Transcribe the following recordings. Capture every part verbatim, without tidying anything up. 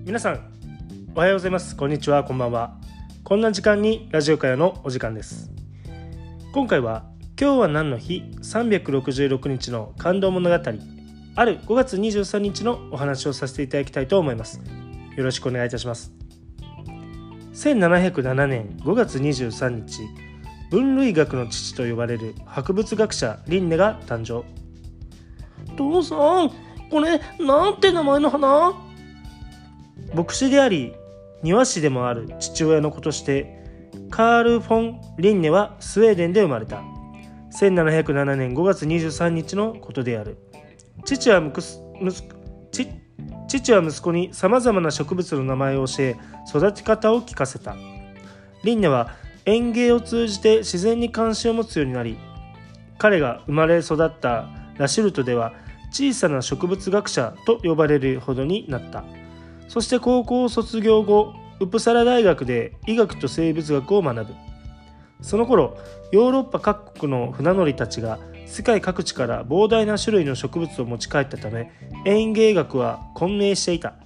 皆さんおはようございます。こんにちは、こんばんは。こんな時間にラジオかよのお時間です。今回は今日は何の日さんびゃくろくじゅうろくにちの感動物語あるごがつにじゅうさんにちのお話をさせていただきたいと思います。よろしくお願いいたします。せんななひゃくななねんごがつにじゅうさんにち、分類学の父と呼ばれる博物学者リンネが誕生。 父さん、これなんて名前の花？ 牧師であり庭師でもある父親の子としてカール・フォン・リンネはスウェーデンで生まれた。せんななひゃくななねんごがつにじゅうさんにちのことである。父は息子父は息子にさまざまな植物の名前を教え、育ち方を聞かせた。リンネは園芸を通じて自然に関心を持つようになり、彼が生まれ育ったラシュルトでは小さな植物学者と呼ばれるほどになった。そして高校を卒業後、ウプサラ大学で医学と生物学を学ぶ。その頃、ヨーロッパ各国の船乗りたちが世界各地から膨大な種類の植物を持ち帰ったため、園芸学は混迷していた。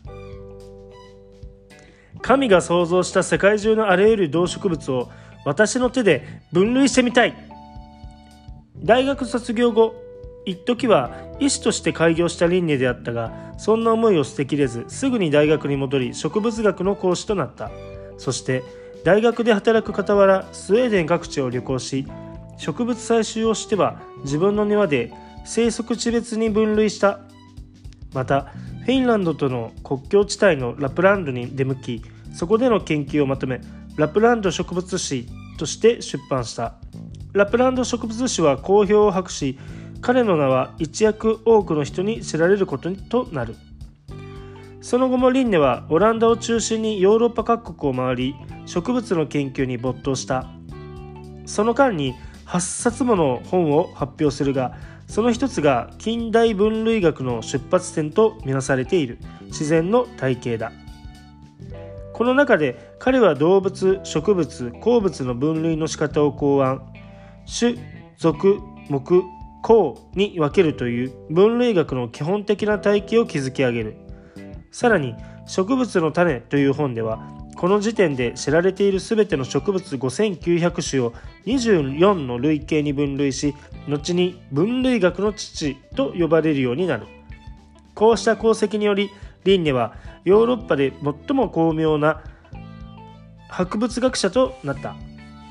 神が創造した世界中のあらゆる動植物を私の手で分類してみたい。大学卒業後、一時は医師として開業したリンネであったが、そんな思いを捨てきれず、すぐに大学に戻り植物学の講師となった。そして大学で働く傍ら、スウェーデン各地を旅行し、植物採集をしては自分の庭で生息地別に分類した。またフィンランドとの国境地帯のラプランドに出向き、そこでの研究をまとめ、ラプランド植物誌として出版した。ラプランド植物誌は好評を博し、彼の名は一躍多くの人に知られることとなる。その後もリンネはオランダを中心にヨーロッパ各国を回り、植物の研究に没頭した。その間にはっさつもの本を発表するが、その一つが近代分類学の出発点とみなされている自然の体系だ。この中で彼は動物、植物、鉱物の分類の仕方を考案。種、属、目、項に分けるという分類学の基本的な体系を築き上げる。さらに植物の種という本では、この時点で知られているすべての植物ごせんきゅうひゃくしゅをにじゅうよんの類型に分類し、後に分類学の父と呼ばれるようになる。こうした功績により、リンネはヨーロッパで最も巧妙な博物学者となった。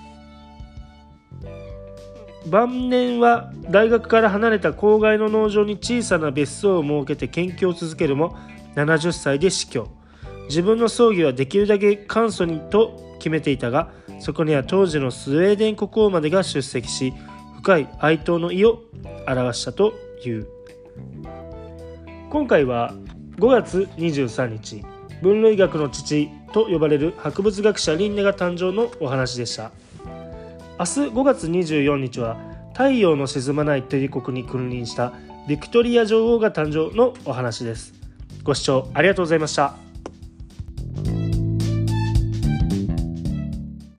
晩年は大学から離れた郊外の農場に小さな別荘を設けて研究を続けるも、ななじゅっさいで死去。自分の葬儀はできるだけ簡素にと決めていたが、そこには当時のスウェーデン国王までが出席し、深い哀悼の意を表したという。今回はごがつにじゅうさんにち、分類学の父と呼ばれる博物学者リンネが誕生のお話でした。明日ごがつにじゅうよっかは太陽の沈まない帝国に君臨したビクトリア女王が誕生のお話です。ご視聴ありがとうございました。